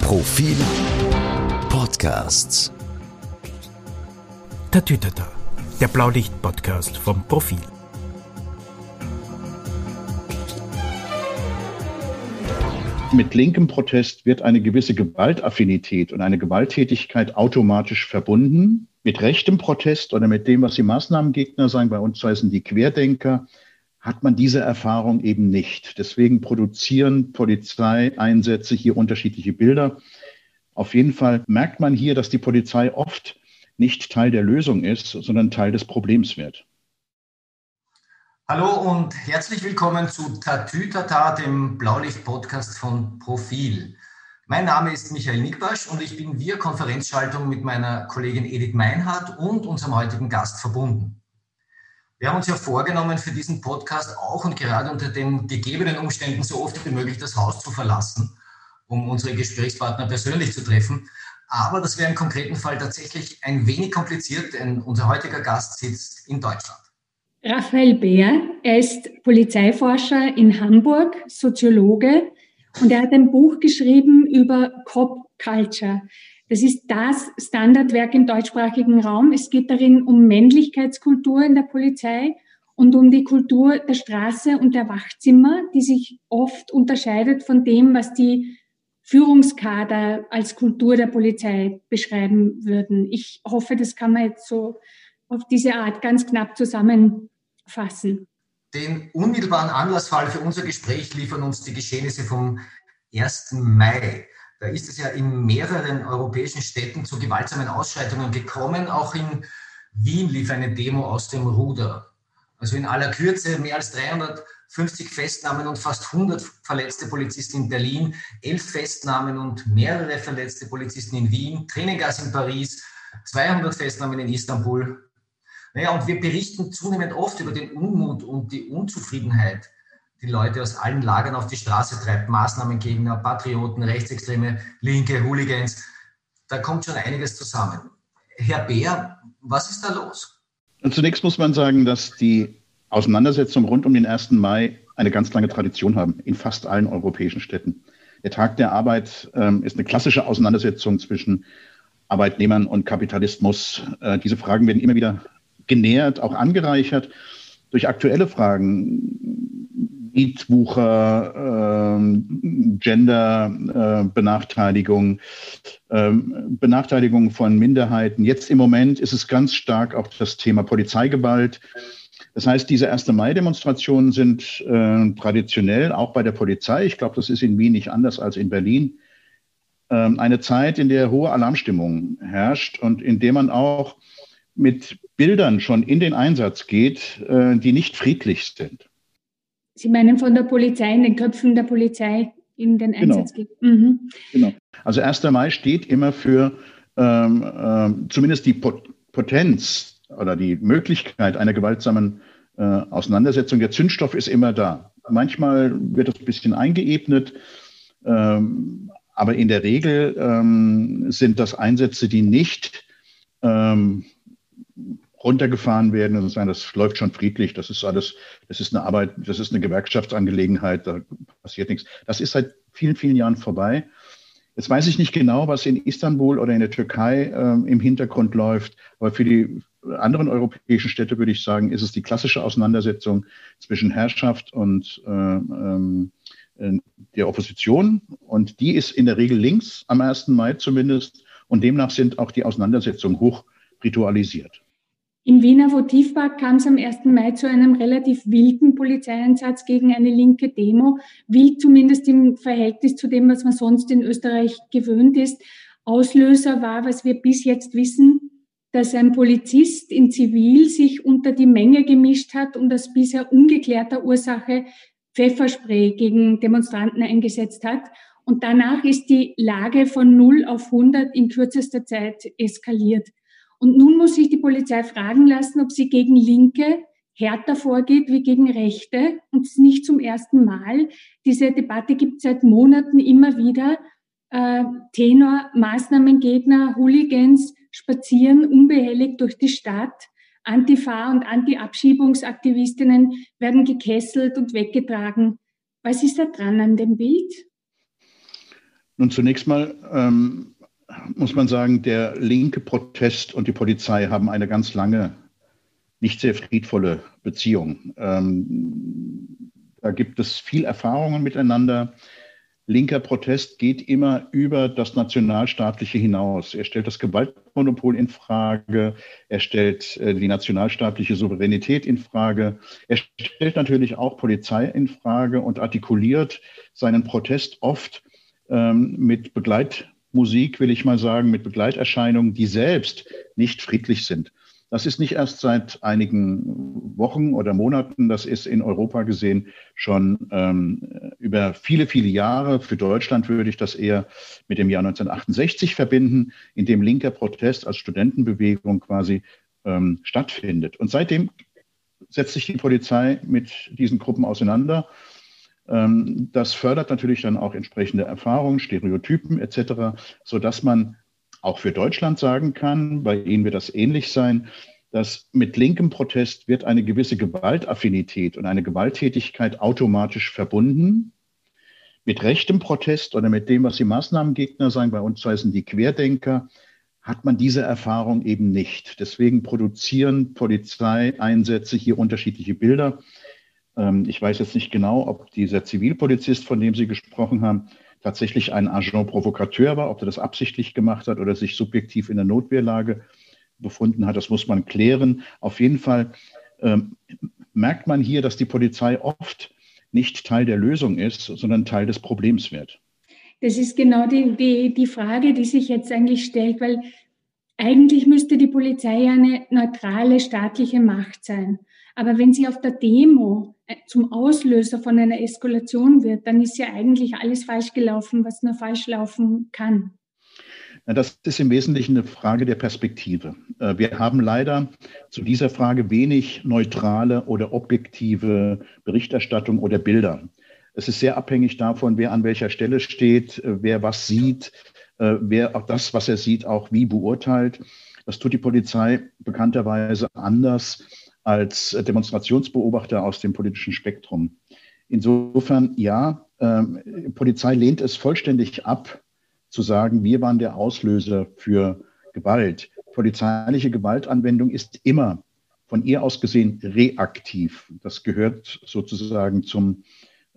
Profil Podcasts. Tatütata, der Blaulicht-Podcast vom Profil. Mit linkem Protest wird eine gewisse Gewaltaffinität und eine Gewalttätigkeit automatisch verbunden. Mit rechtem Protest oder mit dem, was die Maßnahmengegner sagen, bei uns heißen die Querdenker, hat man diese Erfahrung eben nicht. Deswegen produzieren Polizeieinsätze hier unterschiedliche Bilder. Auf jeden Fall merkt man hier, dass die Polizei oft nicht Teil der Lösung ist, sondern Teil des Problems wird. Hallo und herzlich willkommen zu Tatütata, dem Blaulicht-Podcast von Profil. Mein Name ist Michael Nickbasch und ich bin via Konferenzschaltung mit meiner Kollegin Edith Meinhardt und unserem heutigen Gast verbunden. Wir haben uns ja vorgenommen, für diesen Podcast auch und gerade unter den gegebenen Umständen so oft wie möglich das Haus zu verlassen, um unsere Gesprächspartner persönlich zu treffen. Aber das wäre im konkreten Fall tatsächlich ein wenig kompliziert, denn unser heutiger Gast sitzt in Deutschland. Raphael Behr, er ist Polizeiforscher in Hamburg, Soziologe, und er hat ein Buch geschrieben über Cop Culture. Das ist das Standardwerk im deutschsprachigen Raum. Es geht darin um Männlichkeitskultur in der Polizei und um die Kultur der Straße und der Wachzimmer, die sich oft unterscheidet von dem, was die Führungskader als Kultur der Polizei beschreiben würden. Ich hoffe, das kann man jetzt so auf diese Art ganz knapp zusammenfassen. Den unmittelbaren Anlassfall für unser Gespräch liefern uns die Geschehnisse vom 1. Mai. Da ist es ja in mehreren europäischen Städten zu gewaltsamen Ausschreitungen gekommen. Auch in Wien lief eine Demo aus dem Ruder. Also in aller Kürze mehr als 350 Festnahmen und fast 100 verletzte Polizisten in Berlin, 11 Festnahmen und mehrere verletzte Polizisten in Wien, Tränengas in Paris, 200 Festnahmen in Istanbul. Naja, und wir berichten zunehmend oft über den Unmut und die Unzufriedenheit, die Leute aus allen Lagern auf die Straße treibt. Maßnahmengegner, Patrioten, Rechtsextreme, Linke, Hooligans. Da kommt schon einiges zusammen. Herr Behr, was ist da los? Und zunächst muss man sagen, dass die Auseinandersetzungen rund um den 1. Mai eine ganz lange Tradition haben in fast allen europäischen Städten. Der Tag der Arbeit ist eine klassische Auseinandersetzung zwischen Arbeitnehmern und Kapitalismus. Diese Fragen werden immer wieder genährt, auch angereichert durch aktuelle Fragen, Mietwucher, Gender-Benachteiligung, Benachteiligung von Minderheiten. Jetzt im Moment ist es ganz stark auch das Thema Polizeigewalt. Das heißt, diese 1. Mai-Demonstrationen sind traditionell auch bei der Polizei, ich glaube, das ist in Wien nicht anders als in Berlin, eine Zeit, in der hohe Alarmstimmung herrscht und in der man auch mit Bildern schon in den Einsatz geht, die nicht friedlich sind. Sie meinen von der Polizei, in den Köpfen der Polizei in den Einsatz geht? Mhm. Genau. Also 1. Mai steht immer für zumindest die Potenz oder die Möglichkeit einer gewaltsamen Auseinandersetzung. Der Zündstoff ist immer da. Manchmal wird das ein bisschen eingeebnet, aber in der Regel sind das Einsätze, die nicht runtergefahren werden und sagen, das läuft schon friedlich, das ist alles, das ist eine Arbeit, das ist eine Gewerkschaftsangelegenheit, da passiert nichts. Das ist seit vielen, vielen Jahren vorbei. Jetzt weiß ich nicht genau, was in Istanbul oder in der Türkei im Hintergrund läuft, aber für die anderen europäischen Städte würde ich sagen, ist es die klassische Auseinandersetzung zwischen Herrschaft und der Opposition und die ist in der Regel links, am 1. Mai zumindest, und demnach sind auch die Auseinandersetzungen hoch ritualisiert. Im Wiener Votivpark kam es am 1. Mai zu einem relativ wilden Polizeieinsatz gegen eine linke Demo. Wild zumindest im Verhältnis zu dem, was man sonst in Österreich gewöhnt ist. Auslöser war, was wir bis jetzt wissen, dass ein Polizist in Zivil sich unter die Menge gemischt hat und aus bisher ungeklärter Ursache Pfefferspray gegen Demonstranten eingesetzt hat. Und danach ist die Lage von 0 auf 100 in kürzester Zeit eskaliert. Und nun muss sich die Polizei fragen lassen, ob sie gegen Linke härter vorgeht wie gegen Rechte. Und es ist nicht zum ersten Mal. Diese Debatte gibt es seit Monaten immer wieder. Tenor, Maßnahmengegner, Hooligans spazieren unbehelligt durch die Stadt. Antifa- und Anti-Abschiebungsaktivistinnen werden gekesselt und weggetragen. Was ist da dran an dem Bild? Nun, zunächst mal muss man sagen, der linke Protest und die Polizei haben eine ganz lange, nicht sehr friedvolle Beziehung. Da gibt es viel Erfahrungen miteinander. Linker Protest geht immer über das Nationalstaatliche hinaus. Er stellt das Gewaltmonopol in Frage, er stellt die nationalstaatliche Souveränität in Frage, er stellt natürlich auch Polizei in Frage und artikuliert seinen Protest oft mit Begleitmusik, will ich mal sagen, mit Begleiterscheinungen, die selbst nicht friedlich sind. Das ist nicht erst seit einigen Wochen oder Monaten, das ist in Europa gesehen schon über viele, viele Jahre. Für Deutschland würde ich das eher mit dem Jahr 1968 verbinden, in dem linker Protest als Studentenbewegung quasi stattfindet. Und seitdem setzt sich die Polizei mit diesen Gruppen auseinander. Das fördert natürlich dann auch entsprechende Erfahrungen, Stereotypen etc., sodass man auch für Deutschland sagen kann, bei Ihnen wird das ähnlich sein, dass mit linkem Protest wird eine gewisse Gewaltaffinität und eine Gewalttätigkeit automatisch verbunden. Mit rechtem Protest oder mit dem, was die Maßnahmengegner sagen, bei uns heißen die Querdenker, hat man diese Erfahrung eben nicht. Deswegen produzieren Polizeieinsätze hier unterschiedliche Bilder. Ich weiß jetzt nicht genau, ob dieser Zivilpolizist, von dem Sie gesprochen haben, tatsächlich ein Agent Provocateur war, ob er das absichtlich gemacht hat oder sich subjektiv in der Notwehrlage befunden hat. Das muss man klären. Auf jeden Fall merkt man hier, dass die Polizei oft nicht Teil der Lösung ist, sondern Teil des Problems wird. Das ist genau die Frage, die sich jetzt eigentlich stellt, weil eigentlich müsste die Polizei ja eine neutrale staatliche Macht sein. Aber wenn sie auf der Demo zum Auslöser von einer Eskalation wird, dann ist ja eigentlich alles falsch gelaufen, was nur falsch laufen kann. Das ist im Wesentlichen eine Frage der Perspektive. Wir haben leider zu dieser Frage wenig neutrale oder objektive Berichterstattung oder Bilder. Es ist sehr abhängig davon, wer an welcher Stelle steht, wer was sieht, wer auch das, was er sieht, auch wie beurteilt. Das tut die Polizei bekannterweise anders als Demonstrationsbeobachter aus dem politischen Spektrum. Insofern, ja, Polizei lehnt es vollständig ab, zu sagen, wir waren der Auslöser für Gewalt. Polizeiliche Gewaltanwendung ist immer von ihr aus gesehen reaktiv. Das gehört sozusagen zum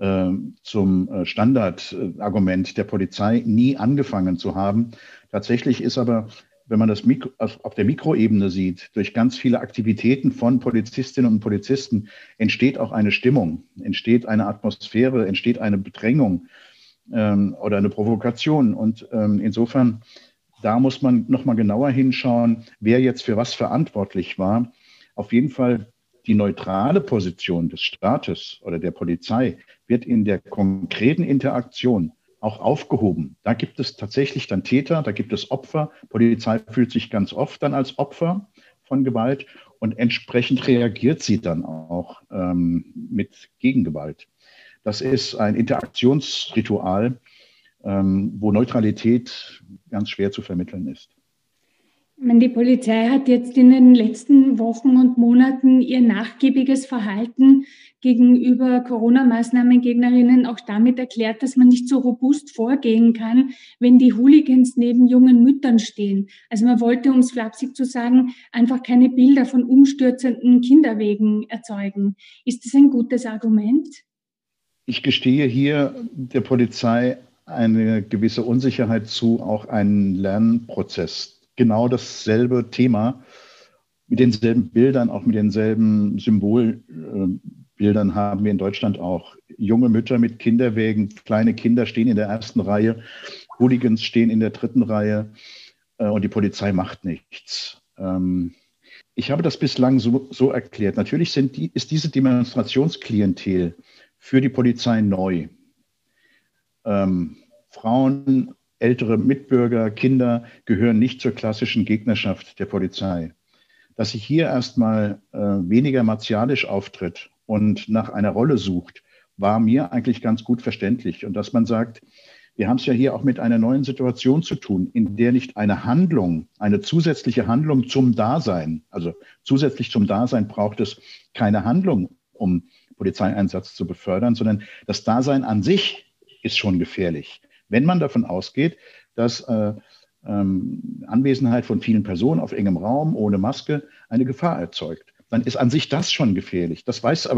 Standardargument der Polizei, nie angefangen zu haben. Tatsächlich ist aber, wenn man das auf der Mikroebene sieht, durch ganz viele Aktivitäten von Polizistinnen und Polizisten entsteht auch eine Stimmung, entsteht eine Atmosphäre, entsteht eine Bedrängung oder eine Provokation. Und insofern, da muss man nochmal genauer hinschauen, wer jetzt für was verantwortlich war. Auf jeden Fall die neutrale Position des Staates oder der Polizei wird in der konkreten Interaktion auch aufgehoben. Da gibt es tatsächlich dann Täter, da gibt es Opfer. Polizei fühlt sich ganz oft dann als Opfer von Gewalt und entsprechend reagiert sie dann auch mit Gegengewalt. Das ist ein Interaktionsritual, wo Neutralität ganz schwer zu vermitteln ist. Die Polizei hat jetzt in den letzten Wochen und Monaten ihr nachgiebiges Verhalten gegenüber Corona-Maßnahmengegnerinnen auch damit erklärt, dass man nicht so robust vorgehen kann, wenn die Hooligans neben jungen Müttern stehen. Also man wollte, um es flapsig zu sagen, einfach keine Bilder von umstürzenden Kinderwegen erzeugen. Ist das ein gutes Argument? Ich gestehe hier der Polizei eine gewisse Unsicherheit zu, auch einen Lernprozess. Genau dasselbe Thema, mit denselben Bildern, auch mit denselben Symbolbildern haben wir in Deutschland auch. Junge Mütter mit Kinderwägen, kleine Kinder stehen in der ersten Reihe, Hooligans stehen in der dritten Reihe und die Polizei macht nichts. Ich habe das bislang so erklärt. Natürlich ist diese Demonstrationsklientel für die Polizei neu. Frauen, ältere Mitbürger, Kinder gehören nicht zur klassischen Gegnerschaft der Polizei. Dass sie hier erstmal weniger martialisch auftritt und nach einer Rolle sucht, war mir eigentlich ganz gut verständlich. Und dass man sagt, wir haben es ja hier auch mit einer neuen Situation zu tun, in der nicht eine Handlung, eine zusätzliche Handlung zum Dasein, also zusätzlich zum Dasein braucht es keine Handlung, um Polizeieinsatz zu befördern, sondern das Dasein an sich ist schon gefährlich. wenn man davon ausgeht, dass Anwesenheit von vielen Personen auf engem Raum ohne Maske eine Gefahr erzeugt. Dann ist an sich das schon gefährlich. Das weiß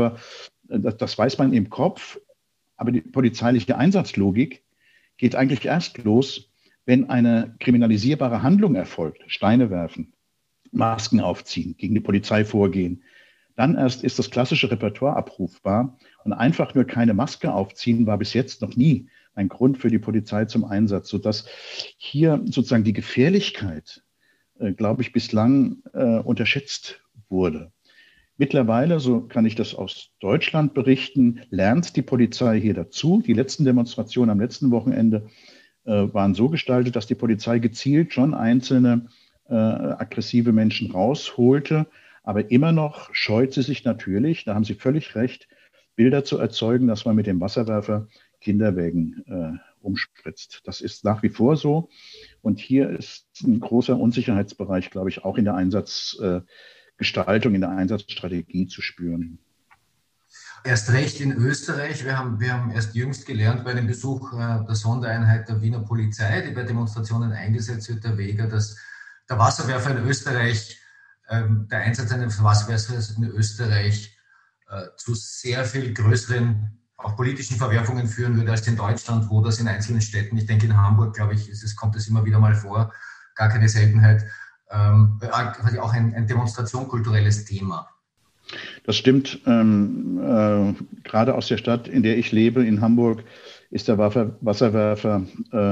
man im Kopf, aber die polizeiliche Einsatzlogik geht eigentlich erst los, wenn eine kriminalisierbare Handlung erfolgt. Steine werfen, Masken aufziehen, gegen die Polizei vorgehen. Dann erst ist das klassische Repertoire abrufbar. Und einfach nur keine Maske aufziehen war bis jetzt noch nie ein Grund für die Polizei zum Einsatz, sodass hier sozusagen die Gefährlichkeit, glaube ich, bislang unterschätzt wurde. Mittlerweile, so kann ich das aus Deutschland berichten, lernt die Polizei hier dazu. Die letzten Demonstrationen am letzten Wochenende waren so gestaltet, dass die Polizei gezielt schon einzelne aggressive Menschen rausholte. Aber immer noch scheut sie sich natürlich, da haben Sie völlig recht, Bilder zu erzeugen, dass man mit dem Wasserwerfer Kinderwägen umspritzt. Das ist nach wie vor so. Und hier ist ein großer Unsicherheitsbereich, glaube ich, auch in der Einsatzgestaltung, in der Einsatzstrategie zu spüren. Erst recht in Österreich. Wir haben erst jüngst gelernt bei dem Besuch der Sondereinheit der Wiener Polizei, die bei Demonstrationen eingesetzt wird, der Vega, dass der Wasserwerfer in Österreich, der Einsatz eines Wasserwerfers in Österreich zu sehr viel größeren, auch politischen Verwerfungen führen würde als in Deutschland, wo das in einzelnen Städten, ich denke in Hamburg, glaube ich, kommt es immer wieder mal vor, gar keine Seltenheit, auch ein demonstrationkulturelles Thema. Das stimmt. Gerade aus der Stadt, in der ich lebe, in Hamburg, ist der Wasserwerfer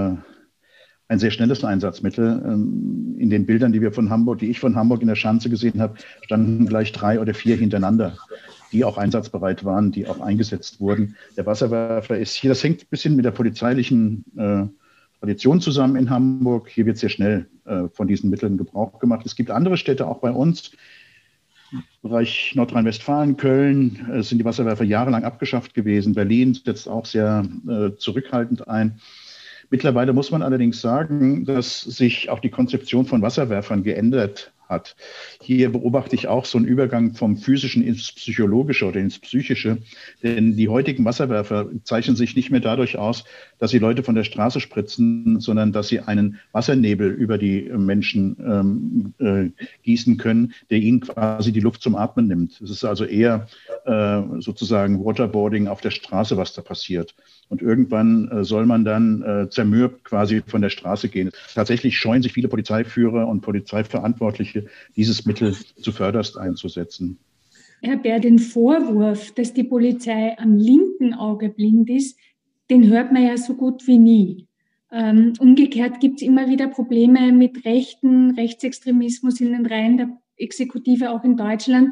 ein sehr schnelles Einsatzmittel. In den Bildern, die ich von Hamburg in der Schanze gesehen habe, standen gleich 3 oder 4 hintereinander, die auch einsatzbereit waren, die auch eingesetzt wurden. Der Wasserwerfer ist hier, das hängt ein bisschen mit der polizeilichen Tradition zusammen in Hamburg. Hier wird sehr schnell von diesen Mitteln Gebrauch gemacht. Es gibt andere Städte, auch bei uns, im Bereich Nordrhein-Westfalen, Köln, sind die Wasserwerfer jahrelang abgeschafft gewesen. Berlin setzt auch sehr zurückhaltend ein. Mittlerweile muss man allerdings sagen, dass sich auch die Konzeption von Wasserwerfern geändert hat. Hier beobachte ich auch so einen Übergang vom Physischen ins Psychologische oder ins Psychische. Denn die heutigen Wasserwerfer zeichnen sich nicht mehr dadurch aus, dass sie Leute von der Straße spritzen, sondern dass sie einen Wassernebel über die Menschen gießen können, der ihnen quasi die Luft zum Atmen nimmt. Es ist also eher sozusagen Waterboarding auf der Straße, was da passiert. Und irgendwann soll man dann zermürbt quasi von der Straße gehen. Tatsächlich scheuen sich viele Polizeiführer und Polizeiverantwortliche, dieses Mittel zuvörderst einzusetzen. Herr Bär, den Vorwurf, dass die Polizei am linken Auge blind ist, den hört man ja so gut wie nie. Umgekehrt gibt es immer wieder Probleme mit Rechtsextremismus in den Reihen der Exekutive, auch in Deutschland.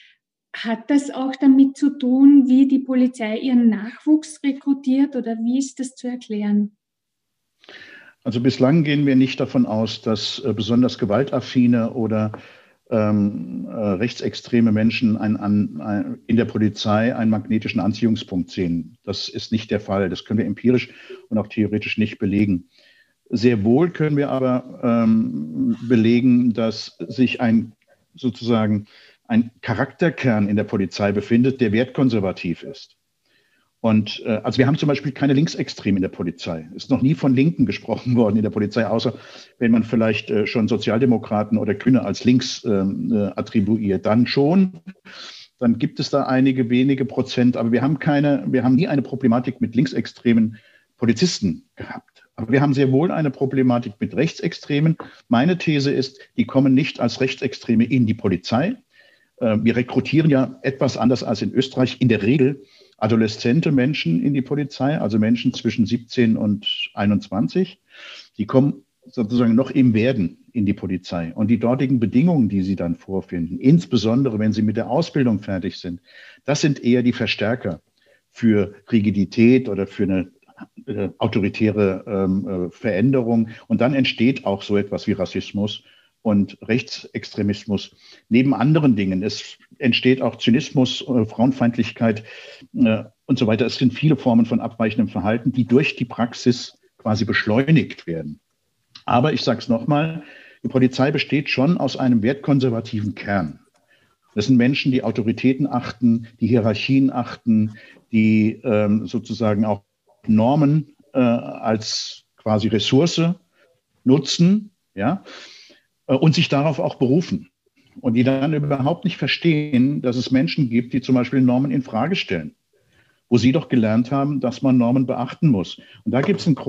Hat das auch damit zu tun, wie die Polizei ihren Nachwuchs rekrutiert oder wie ist das zu erklären? Also bislang gehen wir nicht davon aus, dass besonders gewaltaffine oder rechtsextreme Menschen in der Polizei einen magnetischen Anziehungspunkt sehen. Das ist nicht der Fall. Das können wir empirisch und auch theoretisch nicht belegen. Sehr wohl können wir aber belegen, dass sich sozusagen ein Charakterkern in der Polizei befindet, der wertkonservativ ist. Und also wir haben zum Beispiel keine Linksextremen in der Polizei. Es ist noch nie von Linken gesprochen worden in der Polizei, außer wenn man vielleicht schon Sozialdemokraten oder Grüne als links attribuiert. Dann schon. Dann gibt es da einige wenige Prozent. Aber wir haben nie eine Problematik mit linksextremen Polizisten gehabt. Aber wir haben sehr wohl eine Problematik mit Rechtsextremen. Meine These ist, die kommen nicht als Rechtsextreme in die Polizei. Wir rekrutieren ja etwas anders als in Österreich in der Regel adoleszente Menschen in die Polizei, also Menschen zwischen 17 und 21. Die kommen sozusagen noch im Werden in die Polizei. Und die dortigen Bedingungen, die sie dann vorfinden, insbesondere wenn sie mit der Ausbildung fertig sind, das sind eher die Verstärker für Rigidität oder für eine autoritäre Veränderung. Und dann entsteht auch so etwas wie Rassismus und Rechtsextremismus neben anderen Dingen. Es entsteht auch Zynismus, Frauenfeindlichkeit und so weiter. Es sind viele Formen von abweichendem Verhalten, die durch die Praxis quasi beschleunigt werden. Aber ich sage es nochmal, die Polizei besteht schon aus einem wertkonservativen Kern. Das sind Menschen, die Autoritäten achten, die Hierarchien achten, die sozusagen auch Normen als quasi Ressource nutzen, ja, und sich darauf auch berufen. Und die dann überhaupt nicht verstehen, dass es Menschen gibt, die zum Beispiel Normen in Frage stellen, wo sie doch gelernt haben, dass man Normen beachten muss. Und da gibt es einen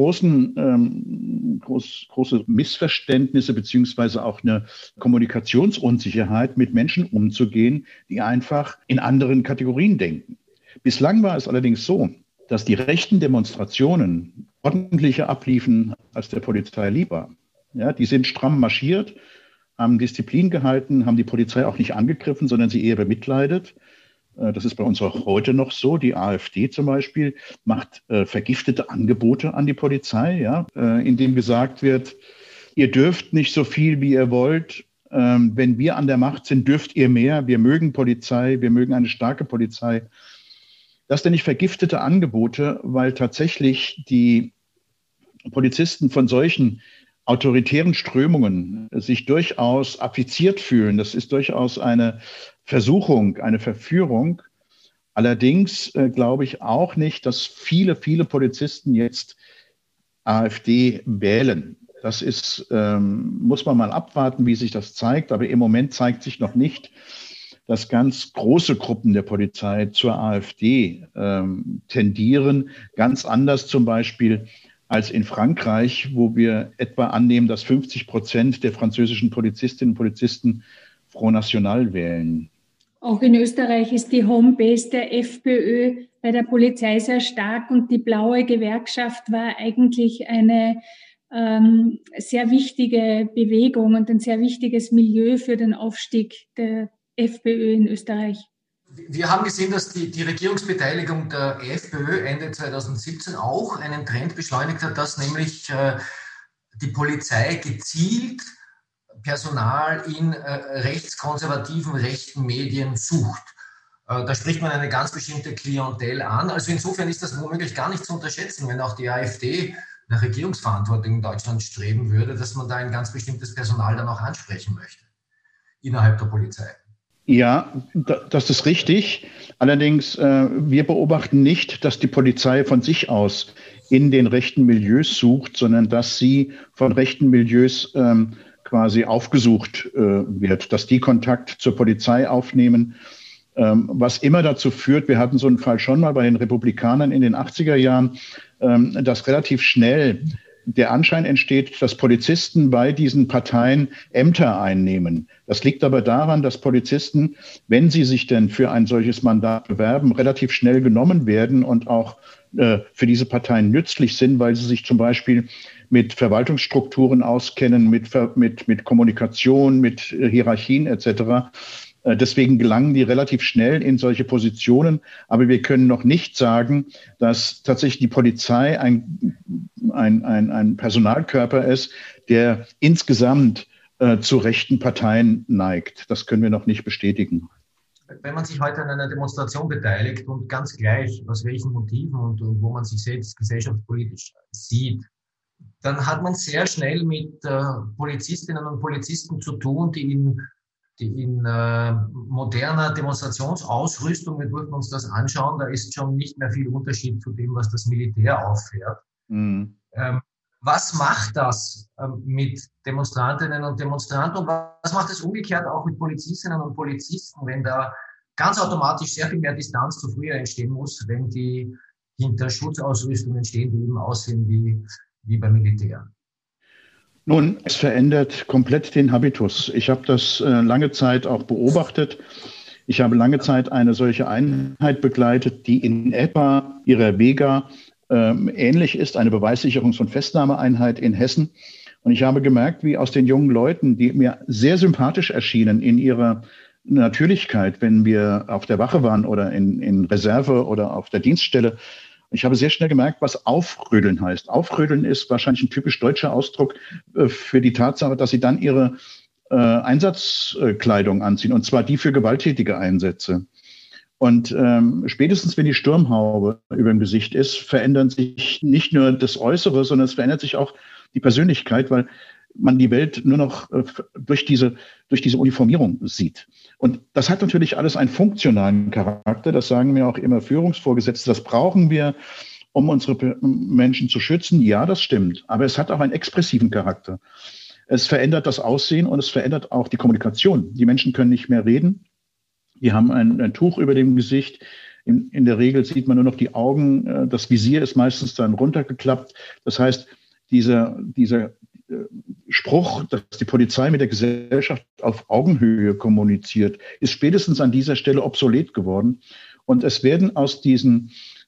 große Missverständnisse beziehungsweise auch eine Kommunikationsunsicherheit, mit Menschen umzugehen, die einfach in anderen Kategorien denken. Bislang war es allerdings so, dass die rechten Demonstrationen ordentlicher abliefen, als der Polizei lieb war. Ja, die sind stramm marschiert, haben Disziplin gehalten, haben die Polizei auch nicht angegriffen, sondern sie eher bemitleidet. Das ist bei uns auch heute noch so. Die AfD zum Beispiel macht vergiftete Angebote an die Polizei, ja, in dem gesagt wird, ihr dürft nicht so viel, wie ihr wollt. Wenn wir an der Macht sind, dürft ihr mehr. Wir mögen Polizei, wir mögen eine starke Polizei. Das sind nicht vergiftete Angebote, weil tatsächlich die Polizisten von solchen autoritären Strömungen sich durchaus affiziert fühlen. Das ist durchaus eine Versuchung, eine Verführung. Allerdings glaube ich auch nicht, dass viele Polizisten jetzt AfD wählen. Das ist, muss man mal abwarten, wie sich das zeigt. Aber im Moment zeigt sich noch nicht, dass ganz große Gruppen der Polizei zur AfD tendieren. Ganz anders zum Beispiel als in Frankreich, wo wir etwa annehmen, dass 50% der französischen Polizistinnen und Polizisten Front National wählen. Auch in Österreich ist die Homebase der FPÖ bei der Polizei sehr stark und die Blaue Gewerkschaft war eigentlich eine sehr wichtige Bewegung und ein sehr wichtiges Milieu für den Aufstieg der FPÖ in Österreich. Wir haben gesehen, dass die Regierungsbeteiligung der FPÖ Ende 2017 auch einen Trend beschleunigt hat, dass nämlich die Polizei gezielt Personal in rechtskonservativen, rechten Medien sucht. Da spricht man eine ganz bestimmte Klientel an. Also insofern ist das womöglich gar nicht zu unterschätzen, wenn auch die AfD nach Regierungsverantwortung in Deutschland streben würde, dass man da ein ganz bestimmtes Personal dann auch ansprechen möchte innerhalb der Polizei. Ja, das ist richtig. Allerdings, wir beobachten nicht, dass die Polizei von sich aus in den rechten Milieus sucht, sondern dass sie von rechten Milieus quasi aufgesucht wird, dass die Kontakt zur Polizei aufnehmen, was immer dazu führt, wir hatten so einen Fall schon mal bei den Republikanern in den 80er Jahren, dass relativ schnell der Anschein entsteht, dass Polizisten bei diesen Parteien Ämter einnehmen. Das liegt aber daran, dass Polizisten, wenn sie sich denn für ein solches Mandat bewerben, relativ schnell genommen werden und auch für diese Parteien nützlich sind, weil sie sich zum Beispiel mit Verwaltungsstrukturen auskennen, mit Kommunikation, mit Hierarchien etc. Deswegen gelangen die relativ schnell in solche Positionen. Aber wir können noch nicht sagen, dass tatsächlich die Polizei ein Personalkörper ist, der insgesamt zu rechten Parteien neigt. Das können wir noch nicht bestätigen. Wenn man sich heute an einer Demonstration beteiligt und ganz gleich aus welchen Motiven und wo man sich selbst gesellschaftspolitisch sieht, dann hat man sehr schnell mit Polizistinnen und Polizisten zu tun, die in moderner Demonstrationsausrüstung, wir durften uns das anschauen, da ist schon nicht mehr viel Unterschied zu dem, was das Militär auffährt. Mhm. Was macht das mit Demonstrantinnen und Demonstranten und was macht es umgekehrt auch mit Polizistinnen und Polizisten, wenn da ganz automatisch sehr viel mehr Distanz zu früher entstehen muss, wenn die hinter Schutzausrüstungen stehen, die eben aussehen wie beim Militär? Nun, es verändert komplett den Habitus. Ich habe das lange Zeit auch beobachtet. Ich habe lange Zeit eine solche Einheit begleitet, die in etwa ihrer Vega ähnlich ist, eine Beweissicherungs- und Festnahmeeinheit in Hessen. Und ich habe gemerkt, wie aus den jungen Leuten, die mir sehr sympathisch erschienen in ihrer Natürlichkeit, wenn wir auf der Wache waren oder in Reserve oder auf der Dienststelle, ich habe sehr schnell gemerkt, was Aufrödeln heißt. Aufrödeln ist wahrscheinlich ein typisch deutscher Ausdruck für die Tatsache, dass sie dann ihre Einsatzkleidung anziehen, und zwar die für gewalttätige Einsätze. Und spätestens, wenn die Sturmhaube über dem Gesicht ist, verändert sich nicht nur das Äußere, sondern es verändert sich auch die Persönlichkeit, weil man die Welt nur noch durch diese Uniformierung sieht. Und das hat natürlich alles einen funktionalen Charakter. Das sagen mir auch immer Führungsvorgesetzte. Das brauchen wir, um unsere Menschen zu schützen. Ja, das stimmt. Aber es hat auch einen expressiven Charakter. Es verändert das Aussehen und es verändert auch die Kommunikation. Die Menschen können nicht mehr reden. Die haben ein Tuch über dem Gesicht. In der Regel sieht man nur noch die Augen. Das Visier ist meistens dann runtergeklappt. Das heißt, dieser Spruch, dass die Polizei mit der Gesellschaft auf Augenhöhe kommuniziert, ist spätestens an dieser Stelle obsolet geworden. Und es werden aus diesen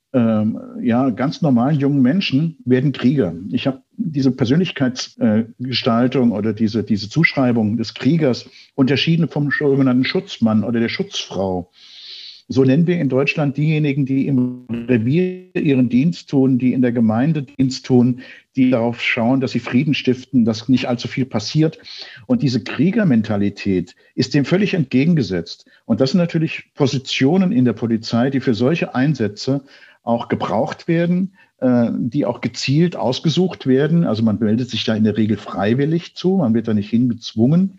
ganz normalen jungen Menschen werden Krieger. Ich habe diese Persönlichkeitsgestaltung oder diese Zuschreibung des Kriegers unterschieden vom sogenannten Schutzmann oder der Schutzfrau. So nennen wir in Deutschland diejenigen, die im Revier ihren Dienst tun, die in der Gemeinde Dienst tun, die darauf schauen, dass sie Frieden stiften, dass nicht allzu viel passiert. Und diese Kriegermentalität ist dem völlig entgegengesetzt. Und das sind natürlich Positionen in der Polizei, die für solche Einsätze auch gebraucht werden, die auch gezielt ausgesucht werden. Also man meldet sich da in der Regel freiwillig zu, man wird da nicht hingezwungen.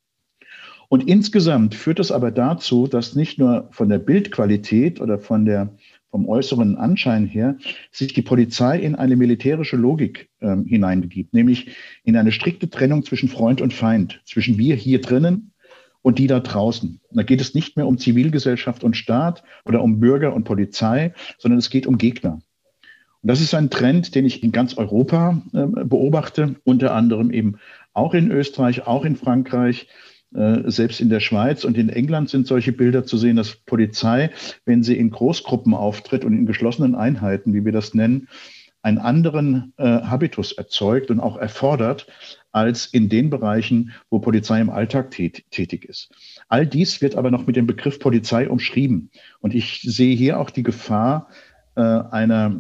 Und insgesamt führt es aber dazu, dass nicht nur von der Bildqualität oder vom äußeren Anschein her sich die Polizei in eine militärische Logik hineinbegibt, nämlich in eine strikte Trennung zwischen Freund und Feind, zwischen wir hier drinnen und die da draußen. Und da geht es nicht mehr um Zivilgesellschaft und Staat oder um Bürger und Polizei, sondern es geht um Gegner. Und das ist ein Trend, den ich in ganz Europa beobachte, unter anderem eben auch in Österreich, auch in Frankreich, selbst in der Schweiz und in England sind solche Bilder zu sehen, dass Polizei, wenn sie in Großgruppen auftritt und in geschlossenen Einheiten, wie wir das nennen, einen anderen Habitus erzeugt und auch erfordert, als in den Bereichen, wo Polizei im Alltag tätig ist. All dies wird aber noch mit dem Begriff Polizei umschrieben. Und ich sehe hier auch die Gefahr einer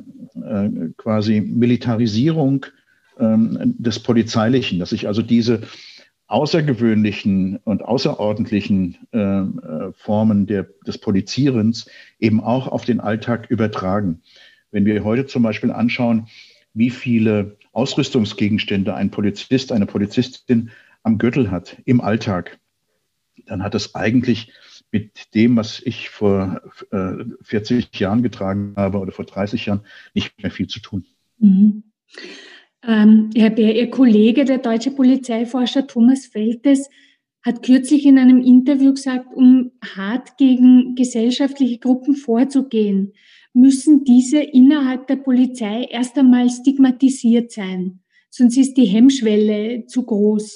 quasi Militarisierung des Polizeilichen, dass sich also diese außergewöhnlichen und außerordentlichen Formen des Polizierens eben auch auf den Alltag übertragen. Wenn wir heute zum Beispiel anschauen, wie viele Ausrüstungsgegenstände ein Polizist, eine Polizistin am Gürtel hat im Alltag, dann hat es eigentlich mit dem, was ich vor 40 Jahren getragen habe oder vor 30 Jahren, nicht mehr viel zu tun. Mhm. Herr Beer, Ihr Kollege, der deutsche Polizeiforscher Thomas Feltes, hat kürzlich in einem Interview gesagt, um hart gegen gesellschaftliche Gruppen vorzugehen, müssen diese innerhalb der Polizei erst einmal stigmatisiert sein. Sonst ist die Hemmschwelle zu groß.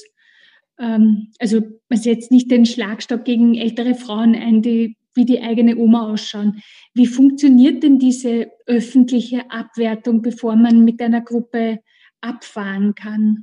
Also man setzt nicht den Schlagstock gegen ältere Frauen ein, die wie die eigene Oma ausschauen. Wie funktioniert denn diese öffentliche Abwertung, bevor man mit einer Gruppe abfahren kann?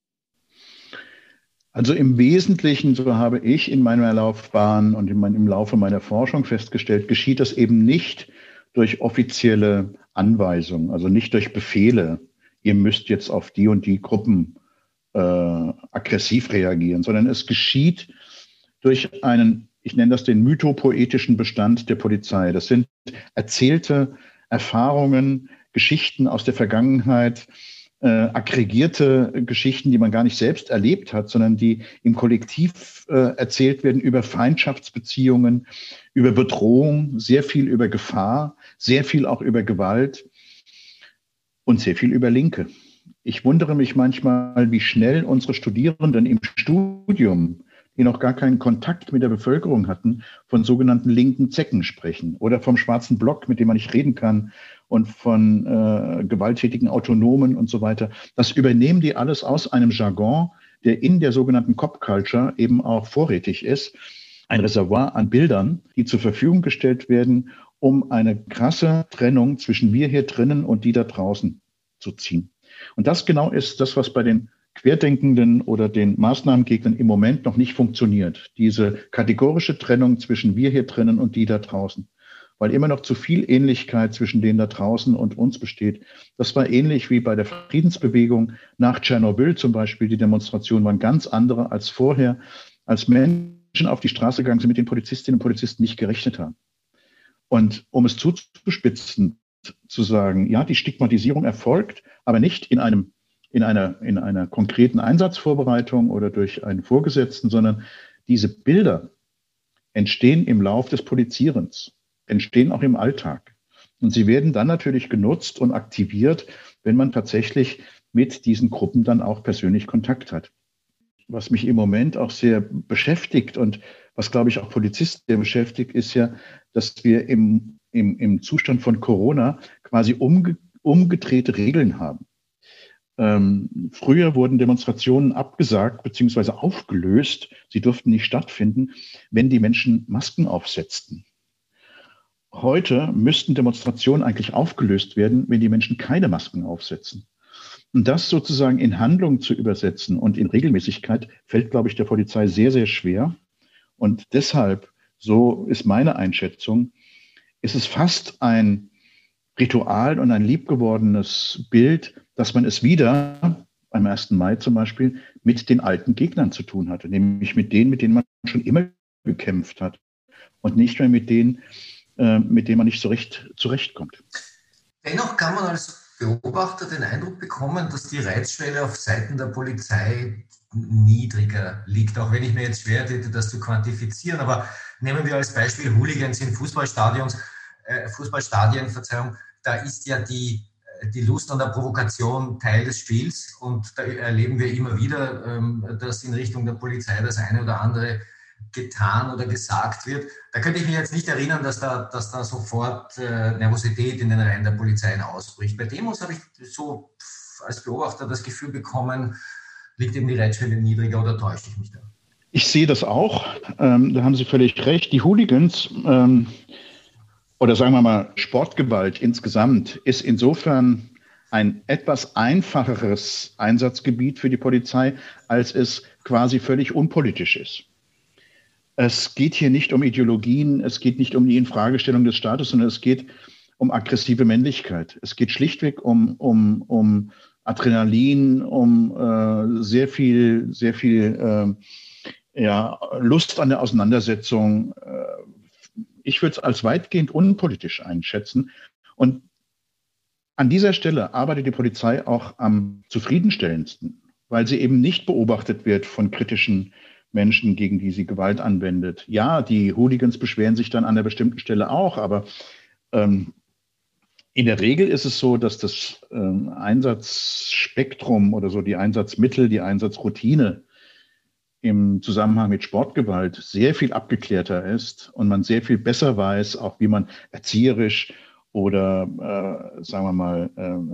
Also im Wesentlichen, so habe ich in meiner Laufbahn und im Laufe meiner Forschung festgestellt, geschieht das eben nicht durch offizielle Anweisungen, also nicht durch Befehle, ihr müsst jetzt auf die und die Gruppen aggressiv reagieren, sondern es geschieht durch einen, ich nenne das den mythopoetischen Bestand der Polizei. Das sind erzählte Erfahrungen, Geschichten aus der Vergangenheit, aggregierte Geschichten, die man gar nicht selbst erlebt hat, sondern die im Kollektiv erzählt werden über Feindschaftsbeziehungen, über Bedrohung, sehr viel über Gefahr, sehr viel auch über Gewalt und sehr viel über Linke. Ich wundere mich manchmal, wie schnell unsere Studierenden im Studium, die noch gar keinen Kontakt mit der Bevölkerung hatten, von sogenannten linken Zecken sprechen oder vom schwarzen Block, mit dem man nicht reden kann und von gewalttätigen Autonomen und so weiter. Das übernehmen die alles aus einem Jargon, der in der sogenannten Cop-Culture eben auch vorrätig ist. Ein Reservoir an Bildern, die zur Verfügung gestellt werden, um eine krasse Trennung zwischen wir hier drinnen und die da draußen zu ziehen. Und das genau ist das, was bei den Querdenkenden oder den Maßnahmengegnern im Moment noch nicht funktioniert. Diese kategorische Trennung zwischen wir hier drinnen und die da draußen. Weil immer noch zu viel Ähnlichkeit zwischen denen da draußen und uns besteht. Das war ähnlich wie bei der Friedensbewegung nach Tschernobyl zum Beispiel. Die Demonstrationen waren ganz andere als vorher, als Menschen auf die Straße gegangen sind, mit den Polizistinnen und Polizisten nicht gerechnet haben. Und um es zuzuspitzen, zu sagen, ja, die Stigmatisierung erfolgt, aber nicht in einer konkreten Einsatzvorbereitung oder durch einen Vorgesetzten, sondern diese Bilder entstehen im Lauf des Polizierens, entstehen auch im Alltag. Und sie werden dann natürlich genutzt und aktiviert, wenn man tatsächlich mit diesen Gruppen dann auch persönlich Kontakt hat. Was mich im Moment auch sehr beschäftigt und was, glaube ich, auch Polizisten sehr beschäftigt, ist ja, dass wir im Zustand von Corona quasi umgedrehte Regeln haben. Früher wurden Demonstrationen abgesagt bzw. aufgelöst. Sie durften nicht stattfinden, wenn die Menschen Masken aufsetzten. Heute müssten Demonstrationen eigentlich aufgelöst werden, wenn die Menschen keine Masken aufsetzen. Und das sozusagen in Handlung zu übersetzen und in Regelmäßigkeit fällt, glaube ich, der Polizei sehr, sehr schwer. Und deshalb, so ist meine Einschätzung, ist es fast ein Ritual und ein liebgewordenes Bild, dass man es wieder, am 1. Mai zum Beispiel, mit den alten Gegnern zu tun hatte, nämlich mit denen man schon immer gekämpft hat und nicht mehr mit denen man nicht so recht zurechtkommt. Dennoch kann man als Beobachter den Eindruck bekommen, dass die Reizschwelle auf Seiten der Polizei niedriger liegt, auch wenn ich mir jetzt schwer täte, das zu quantifizieren. Aber nehmen wir als Beispiel Hooligans in Fußballstadien, da ist ja die Lust an der Provokation Teil des Spiels und da erleben wir immer wieder, dass in Richtung der Polizei das eine oder andere getan oder gesagt wird. Da könnte ich mich jetzt nicht erinnern, dass da sofort Nervosität in den Reihen der Polizei ausbricht. Bei Demos habe ich so als Beobachter das Gefühl bekommen, liegt eben die Reizschwelle niedriger oder täusche ich mich da? Ich sehe das auch. Da haben Sie völlig recht. Die Hooligans oder sagen wir mal Sportgewalt insgesamt ist insofern ein etwas einfacheres Einsatzgebiet für die Polizei, als es quasi völlig unpolitisch ist. Es geht hier nicht um Ideologien, es geht nicht um die Infragestellung des Staates, sondern es geht um aggressive Männlichkeit. Es geht schlichtweg um Adrenalin, um sehr viel Lust an der Auseinandersetzung. Ich würde es als weitgehend unpolitisch einschätzen. Und an dieser Stelle arbeitet die Polizei auch am zufriedenstellendsten, weil sie eben nicht beobachtet wird von kritischen Menschen, gegen die sie Gewalt anwendet. Ja, die Hooligans beschweren sich dann an einer bestimmten Stelle auch, aber in der Regel ist es so, dass das Einsatzspektrum oder so die Einsatzmittel, die Einsatzroutine im Zusammenhang mit Sportgewalt sehr viel abgeklärter ist und man sehr viel besser weiß, auch wie man erzieherisch oder, sagen wir mal,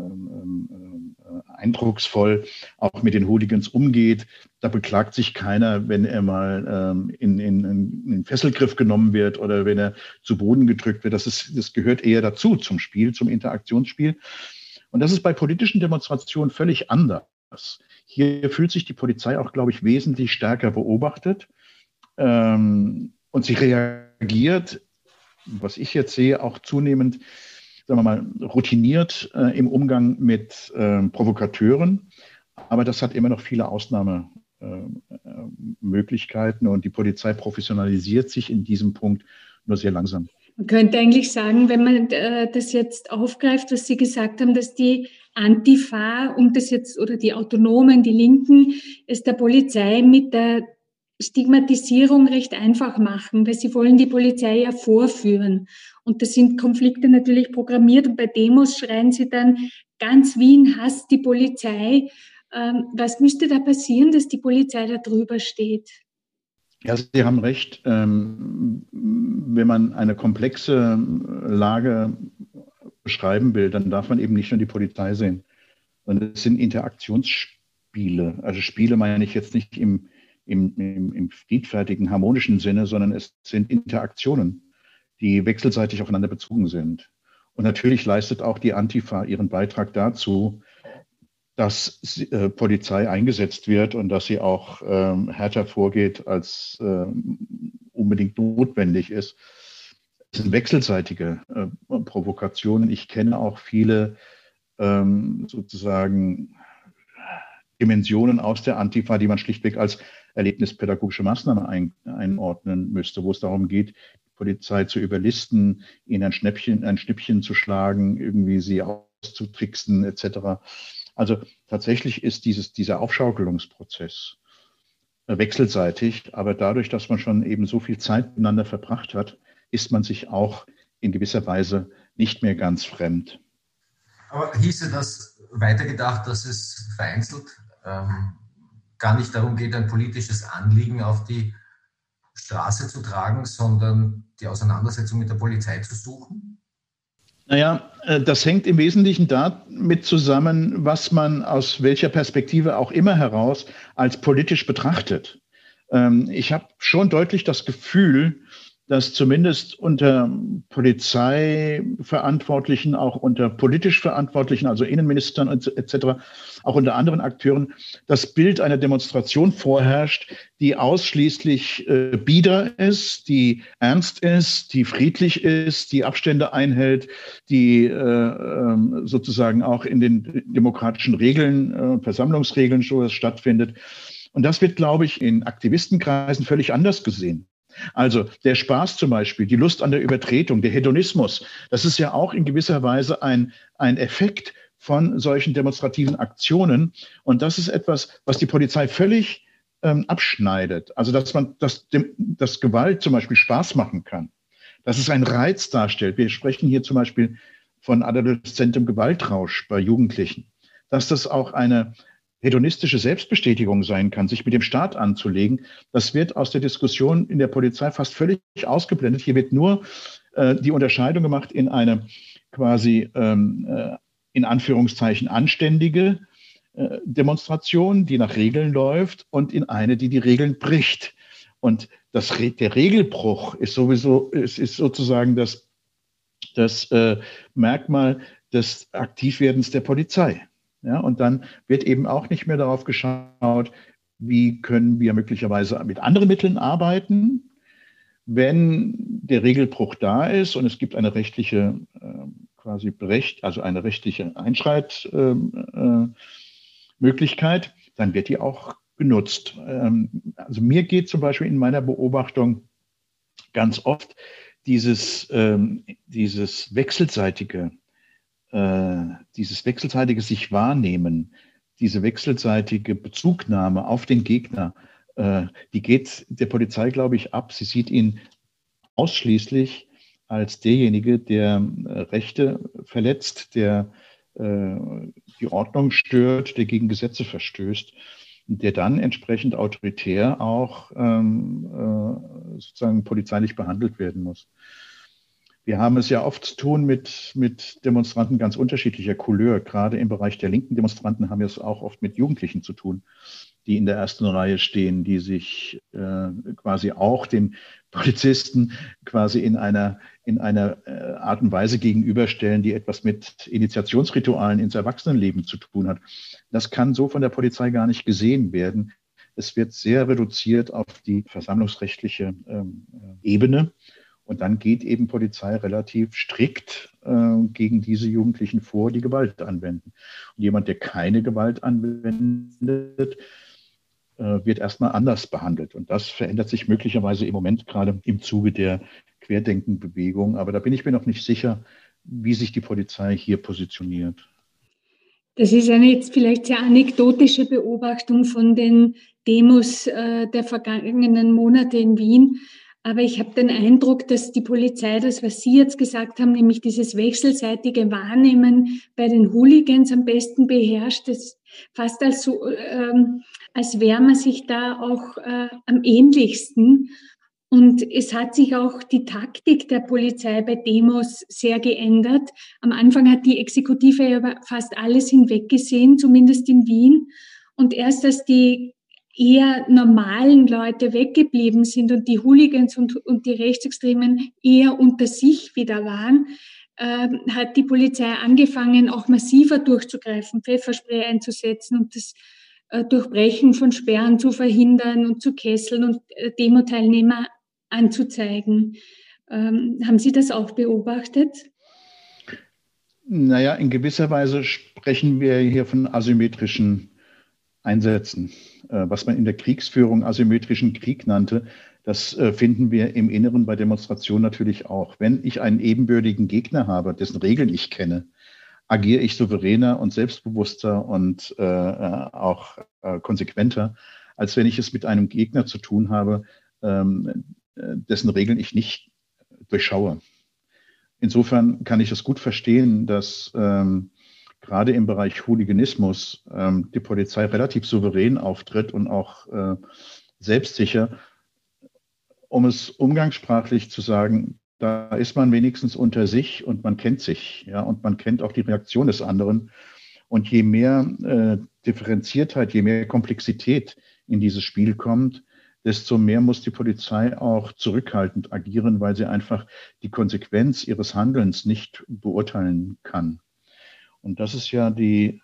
eindrucksvoll auch mit den Hooligans umgeht. Da beklagt sich keiner, wenn er mal in Fesselgriff genommen wird oder wenn er zu Boden gedrückt wird. Das gehört eher dazu, zum Spiel, zum Interaktionsspiel. Und das ist bei politischen Demonstrationen völlig anders. Hier fühlt sich die Polizei auch, glaube ich, wesentlich stärker beobachtet und sie reagiert, was ich jetzt sehe, auch zunehmend, sagen wir mal, routiniert im Umgang mit Provokateuren. Aber das hat immer noch viele Ausnahmemöglichkeiten und die Polizei professionalisiert sich in diesem Punkt nur sehr langsam. Man könnte eigentlich sagen, wenn man das jetzt aufgreift, was Sie gesagt haben, dass die Antifa oder die Autonomen, die Linken, es der Polizei mit der Stigmatisierung recht einfach machen, weil sie wollen die Polizei ja vorführen. Und da sind Konflikte natürlich programmiert und bei Demos schreien sie dann, ganz Wien hasst die Polizei. Was müsste da passieren, dass die Polizei da drüber steht? Ja, Sie haben recht. Wenn man eine komplexe Lage beschreiben will, dann darf man eben nicht nur die Polizei sehen, sondern es sind Interaktionsspiele. Also Spiele meine ich jetzt nicht im friedfertigen, harmonischen Sinne, sondern es sind Interaktionen, die wechselseitig aufeinander bezogen sind. Und natürlich leistet auch die Antifa ihren Beitrag dazu, dass Polizei eingesetzt wird und dass sie auch härter vorgeht, als unbedingt notwendig ist. Es sind wechselseitige Provokationen. Ich kenne auch viele sozusagen Dimensionen aus der Antifa, die man schlichtweg als erlebnispädagogische Maßnahme einordnen müsste, wo es darum geht, die Polizei zu überlisten, ihnen ein Schnippchen zu schlagen, irgendwie sie auszutricksen etc. Also tatsächlich ist dieser Aufschaukelungsprozess wechselseitig, aber dadurch, dass man schon eben so viel Zeit miteinander verbracht hat, ist man sich auch in gewisser Weise nicht mehr ganz fremd. Aber hieße das weitergedacht, dass es vereinzelt gar nicht darum geht, ein politisches Anliegen auf die Straße zu tragen, sondern die Auseinandersetzung mit der Polizei zu suchen? Naja, das hängt im Wesentlichen damit zusammen, was man aus welcher Perspektive auch immer heraus als politisch betrachtet. Ich habe schon deutlich das Gefühl, dass zumindest unter Polizeiverantwortlichen, auch unter politisch Verantwortlichen, also Innenministern etc., auch unter anderen Akteuren, das Bild einer Demonstration vorherrscht, die ausschließlich bieder ist, die ernst ist, die friedlich ist, die Abstände einhält, die sozusagen auch in den demokratischen Regeln, Versammlungsregeln so stattfindet. Und das wird, glaube ich, in Aktivistenkreisen völlig anders gesehen. Also der Spaß zum Beispiel, die Lust an der Übertretung, der Hedonismus, das ist ja auch in gewisser Weise ein Effekt von solchen demonstrativen Aktionen. Und das ist etwas, was die Polizei völlig abschneidet. Also dass Gewalt zum Beispiel Spaß machen kann, dass es einen Reiz darstellt. Wir sprechen hier zum Beispiel von adoleszentem Gewaltrausch bei Jugendlichen, dass das auch eine hedonistische Selbstbestätigung sein kann, sich mit dem Staat anzulegen. Das wird aus der Diskussion in der Polizei fast völlig ausgeblendet. Hier wird nur die Unterscheidung gemacht in eine quasi in Anführungszeichen anständige Demonstration, die nach Regeln läuft, und in eine, die die Regeln bricht. Und der Regelbruch ist sozusagen das Merkmal des Aktivwerdens der Polizei. Ja, und dann wird eben auch nicht mehr darauf geschaut, wie können wir möglicherweise mit anderen Mitteln arbeiten, wenn der Regelbruch da ist und es gibt eine rechtliche eine rechtliche Einschreitmöglichkeit, dann wird die auch genutzt. Also mir geht zum Beispiel in meiner Beobachtung ganz oft dieses wechselseitige sich wahrnehmen, diese wechselseitige Bezugnahme auf den Gegner, die geht der Polizei, glaube ich, ab. Sie sieht ihn ausschließlich als derjenige, der Rechte verletzt, der die Ordnung stört, der gegen Gesetze verstößt, der dann entsprechend autoritär auch sozusagen polizeilich behandelt werden muss. Wir haben es ja oft zu tun mit Demonstranten ganz unterschiedlicher Couleur. Gerade im Bereich der linken Demonstranten haben wir es auch oft mit Jugendlichen zu tun, die in der ersten Reihe stehen, die sich quasi auch den Polizisten quasi in einer Art und Weise gegenüberstellen, die etwas mit Initiationsritualen ins Erwachsenenleben zu tun hat. Das kann so von der Polizei gar nicht gesehen werden. Es wird sehr reduziert auf die versammlungsrechtliche Ebene. Und dann geht eben Polizei relativ strikt gegen diese Jugendlichen vor, die Gewalt anwenden. Und jemand, der keine Gewalt anwendet, wird erstmal anders behandelt. Und das verändert sich möglicherweise im Moment gerade im Zuge der Querdenkenbewegung. Aber da bin ich mir noch nicht sicher, wie sich die Polizei hier positioniert. Das ist eine jetzt vielleicht sehr anekdotische Beobachtung von den Demos der vergangenen Monate in Wien. Aber ich habe den Eindruck, dass die Polizei das, was Sie jetzt gesagt haben, nämlich dieses wechselseitige Wahrnehmen bei den Hooligans am besten beherrscht. Das fast als wäre man sich da auch am ähnlichsten. Und es hat sich auch die Taktik der Polizei bei Demos sehr geändert. Am Anfang hat die Exekutive ja fast alles hinweggesehen, zumindest in Wien. Und erst als die eher normalen Leute weggeblieben sind und die Hooligans und die Rechtsextremen eher unter sich wieder waren, hat die Polizei angefangen, auch massiver durchzugreifen, Pfefferspray einzusetzen und das Durchbrechen von Sperren zu verhindern und zu kesseln und Demo-Teilnehmer anzuzeigen. Haben Sie das auch beobachtet? Naja, in gewisser Weise sprechen wir hier von asymmetrischen Einsätzen. Was man in der Kriegsführung asymmetrischen Krieg nannte, das finden wir im Inneren bei Demonstrationen natürlich auch. Wenn ich einen ebenbürtigen Gegner habe, dessen Regeln ich kenne, agiere ich souveräner und selbstbewusster und auch konsequenter, als wenn ich es mit einem Gegner zu tun habe, dessen Regeln ich nicht durchschaue. Insofern kann ich es gut verstehen, dass gerade im Bereich Hooliganismus die Polizei relativ souverän auftritt und auch selbstsicher, um es umgangssprachlich zu sagen, da ist man wenigstens unter sich und man kennt sich, ja, und man kennt auch die Reaktion des anderen. Und je mehr Differenziertheit, je mehr Komplexität in dieses Spiel kommt, desto mehr muss die Polizei auch zurückhaltend agieren, weil sie einfach die Konsequenz ihres Handelns nicht beurteilen kann. Und das ist ja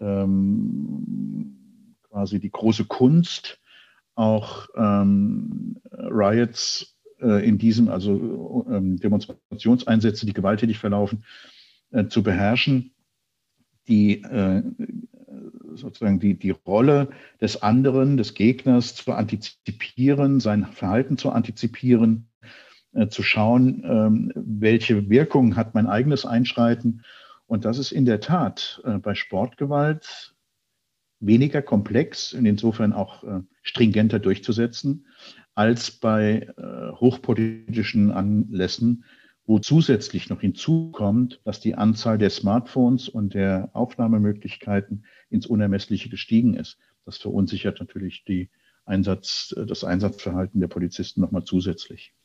quasi die große Kunst, auch Riots in diesem, also Demonstrationseinsätze, die gewalttätig verlaufen, zu beherrschen, sozusagen die Rolle des anderen, des Gegners zu antizipieren, sein Verhalten zu antizipieren, zu schauen, welche Wirkung hat mein eigenes Einschreiten. Und das ist in der Tat bei Sportgewalt weniger komplex und insofern auch stringenter durchzusetzen als bei hochpolitischen Anlässen, wo zusätzlich noch hinzukommt, dass die Anzahl der Smartphones und der Aufnahmemöglichkeiten ins Unermessliche gestiegen ist. Das verunsichert natürlich das Einsatzverhalten der Polizisten nochmal zusätzlich.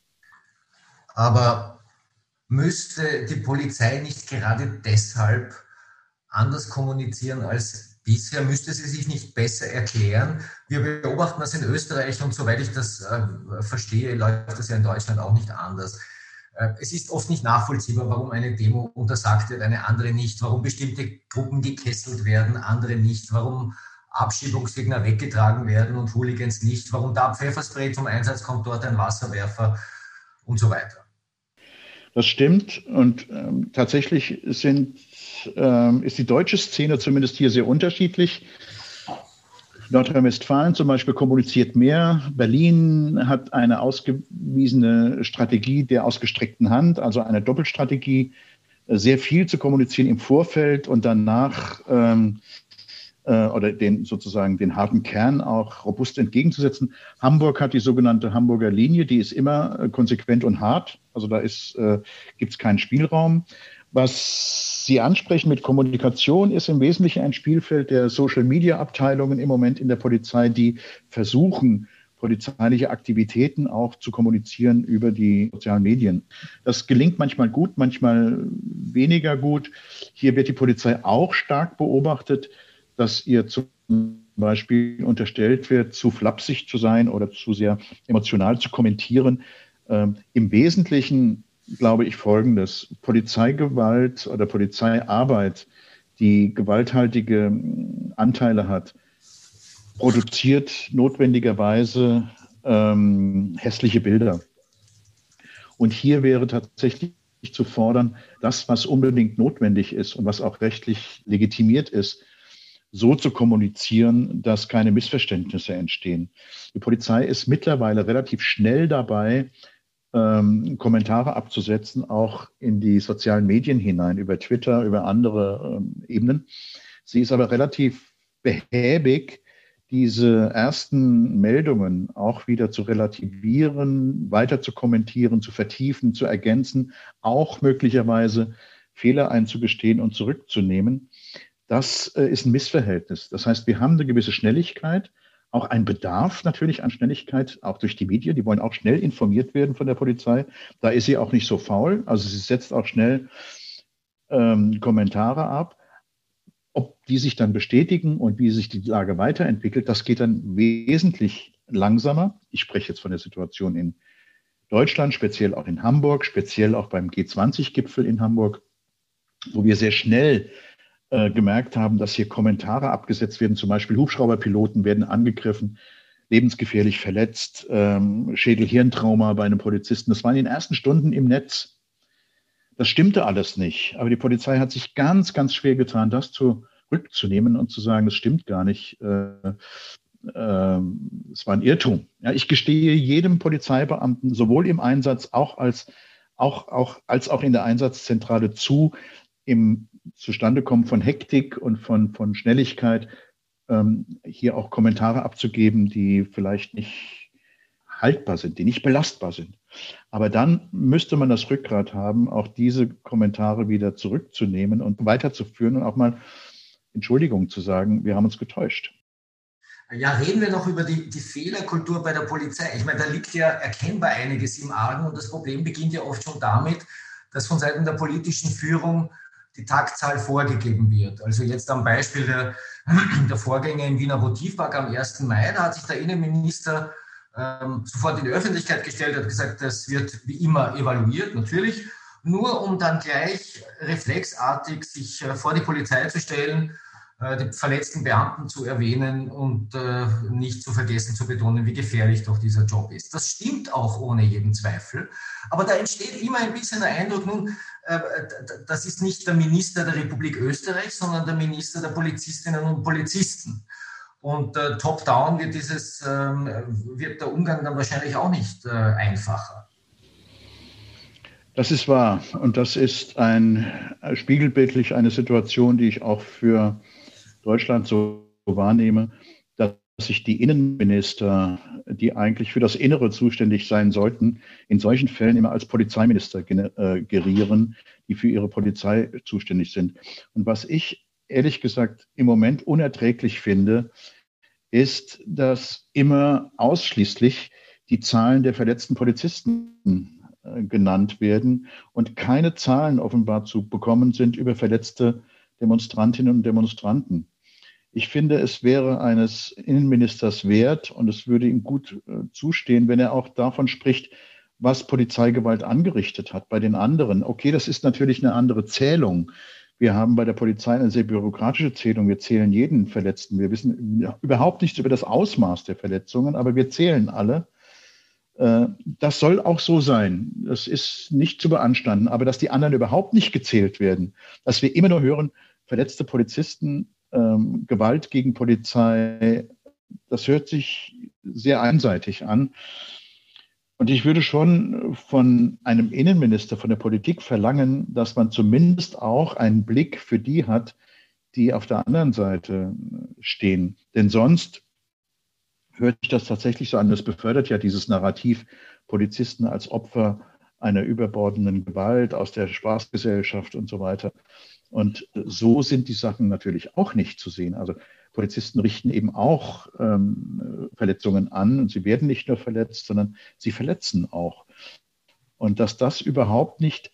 Aber müsste die Polizei nicht gerade deshalb anders kommunizieren als bisher? Müsste sie sich nicht besser erklären? Wir beobachten das in Österreich und soweit ich das verstehe, läuft das ja in Deutschland auch nicht anders. Es ist oft nicht nachvollziehbar, warum eine Demo untersagt wird, eine andere nicht, warum bestimmte Gruppen gekesselt werden, andere nicht, warum Abschiebungsgegner weggetragen werden und Hooligans nicht, warum da Pfefferspray zum Einsatz kommt, dort ein Wasserwerfer und so weiter. Das stimmt und tatsächlich ist die deutsche Szene zumindest hier sehr unterschiedlich. Nordrhein-Westfalen zum Beispiel kommuniziert mehr. Berlin hat eine ausgewiesene Strategie der ausgestreckten Hand, also eine Doppelstrategie, sehr viel zu kommunizieren im Vorfeld und danach oder den harten Kern auch robust entgegenzusetzen. Hamburg hat die sogenannte Hamburger Linie, die ist immer konsequent und hart. Also da gibt es keinen Spielraum. Was Sie ansprechen mit Kommunikation ist im Wesentlichen ein Spielfeld der Social-Media-Abteilungen im Moment in der Polizei, die versuchen, polizeiliche Aktivitäten auch zu kommunizieren über die sozialen Medien. Das gelingt manchmal gut, manchmal weniger gut. Hier wird die Polizei auch stark beobachtet, dass ihr zum Beispiel unterstellt wird, zu flapsig zu sein oder zu sehr emotional zu kommentieren. Im Wesentlichen glaube ich Folgendes: Polizeigewalt oder Polizeiarbeit, die gewalthaltige Anteile hat, produziert notwendigerweise hässliche Bilder. Und hier wäre tatsächlich zu fordern, das, was unbedingt notwendig ist und was auch rechtlich legitimiert ist, so zu kommunizieren, dass keine Missverständnisse entstehen. Die Polizei ist mittlerweile relativ schnell dabei, Kommentare abzusetzen, auch in die sozialen Medien hinein, über Twitter, über andere Ebenen. Sie ist aber relativ behäbig, diese ersten Meldungen auch wieder zu relativieren, weiter zu kommentieren, zu vertiefen, zu ergänzen, auch möglicherweise Fehler einzugestehen und zurückzunehmen. Das ist ein Missverhältnis. Das heißt, wir haben eine gewisse Schnelligkeit, auch ein Bedarf natürlich an Schnelligkeit, auch durch die Medien. Die wollen auch schnell informiert werden von der Polizei. Da ist sie auch nicht so faul. Also sie setzt auch schnell Kommentare ab. Ob die sich dann bestätigen und wie sich die Lage weiterentwickelt, das geht dann wesentlich langsamer. Ich spreche jetzt von der Situation in Deutschland, speziell auch in Hamburg, speziell auch beim G20-Gipfel in Hamburg, wo wir sehr schnell gemerkt haben, dass hier Kommentare abgesetzt werden. Zum Beispiel Hubschrauberpiloten werden angegriffen, lebensgefährlich verletzt, Schädel-Hirntrauma bei einem Polizisten. Das war in den ersten Stunden im Netz. Das stimmte alles nicht. Aber die Polizei hat sich ganz, ganz schwer getan, das zurückzunehmen und zu sagen, das stimmt gar nicht. Es war ein Irrtum. Ja, ich gestehe jedem Polizeibeamten, sowohl im Einsatz als auch in der Einsatzzentrale zu, im Zustandekommen von Hektik und von Schnelligkeit, hier auch Kommentare abzugeben, die vielleicht nicht haltbar sind, die nicht belastbar sind. Aber dann müsste man das Rückgrat haben, auch diese Kommentare wieder zurückzunehmen und weiterzuführen und auch mal Entschuldigung zu sagen, wir haben uns getäuscht. Ja, reden wir noch über die Fehlerkultur bei der Polizei. Ich meine, da liegt ja erkennbar einiges im Argen und das Problem beginnt ja oft schon damit, dass von Seiten der politischen Führung die Taktzahl vorgegeben wird. Also jetzt am Beispiel der Vorgänge im Wiener Motivpark am 1. Mai, da hat sich der Innenminister sofort in die Öffentlichkeit gestellt, hat gesagt, das wird wie immer evaluiert, natürlich, nur um dann gleich reflexartig sich vor die Polizei zu stellen, die verletzten Beamten zu erwähnen und nicht zu vergessen zu betonen, wie gefährlich doch dieser Job ist. Das stimmt auch ohne jeden Zweifel. Aber da entsteht immer ein bisschen der Eindruck, nun, das ist nicht der Minister der Republik Österreich, sondern der Minister der Polizistinnen und Polizisten. Und top-down wird der Umgang dann wahrscheinlich auch nicht einfacher. Das ist wahr. Und das ist spiegelbildlich eine Situation, die ich auch für Deutschland so wahrnehme, dass sich die Innenminister, die eigentlich für das Innere zuständig sein sollten, in solchen Fällen immer als Polizeiminister gerieren, die für ihre Polizei zuständig sind. Und was ich ehrlich gesagt im Moment unerträglich finde, ist, dass immer ausschließlich die Zahlen der verletzten Polizisten genannt werden und keine Zahlen offenbar zu bekommen sind über verletzte Demonstrantinnen und Demonstranten. Ich finde, es wäre eines Innenministers wert und es würde ihm gut zustehen, wenn er auch davon spricht, was Polizeigewalt angerichtet hat bei den anderen. Okay, das ist natürlich eine andere Zählung. Wir haben bei der Polizei eine sehr bürokratische Zählung. Wir zählen jeden Verletzten. Wir wissen überhaupt nichts über das Ausmaß der Verletzungen, aber wir zählen alle. Das soll auch so sein. Das ist nicht zu beanstanden. Aber dass die anderen überhaupt nicht gezählt werden, dass wir immer nur hören, verletzte Polizisten, Gewalt gegen Polizei, das hört sich sehr einseitig an. Und ich würde schon von einem Innenminister, von der Politik verlangen, dass man zumindest auch einen Blick für die hat, die auf der anderen Seite stehen. Denn sonst hört sich das tatsächlich so an. Das befördert ja dieses Narrativ, Polizisten als Opfer einer überbordenden Gewalt aus der Spaßgesellschaft und so weiter. Und so sind die Sachen natürlich auch nicht zu sehen. Also Polizisten richten eben auch Verletzungen an und sie werden nicht nur verletzt, sondern sie verletzen auch. Und dass das überhaupt nicht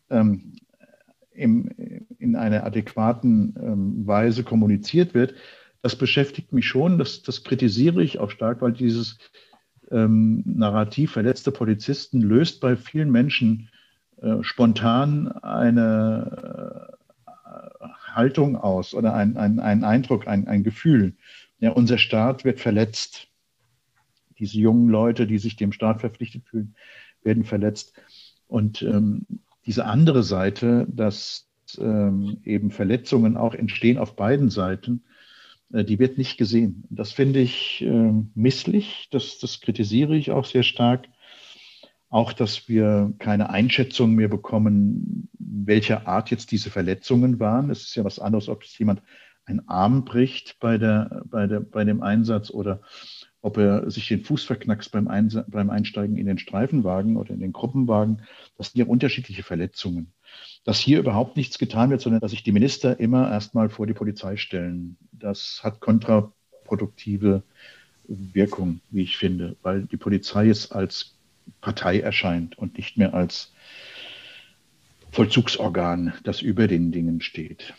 in einer adäquaten Weise kommuniziert wird, das beschäftigt mich schon. Das kritisiere ich auch stark, weil dieses Narrativ verletzte Polizisten löst bei vielen Menschen spontan eine Haltung aus oder einen Eindruck, ein Gefühl. Ja, unser Staat wird verletzt. Diese jungen Leute, die sich dem Staat verpflichtet fühlen, werden verletzt. Und diese andere Seite, dass eben Verletzungen auch entstehen auf beiden Seiten, die wird nicht gesehen. Das finde ich misslich. Das kritisiere ich auch sehr stark. Auch, dass wir keine Einschätzung mehr bekommen, welcher Art jetzt diese Verletzungen waren. Es ist ja was anderes, ob jetzt jemand einen Arm bricht bei dem Einsatz oder ob er sich den Fuß verknackst beim Einsteigen in den Streifenwagen oder in den Gruppenwagen. Das sind ja unterschiedliche Verletzungen. Dass hier überhaupt nichts getan wird, sondern dass sich die Minister immer erstmal vor die Polizei stellen. Das hat kontraproduktive Wirkung, wie ich finde, weil die Polizei jetzt als Partei erscheint und nicht mehr als Vollzugsorgan, das über den Dingen steht.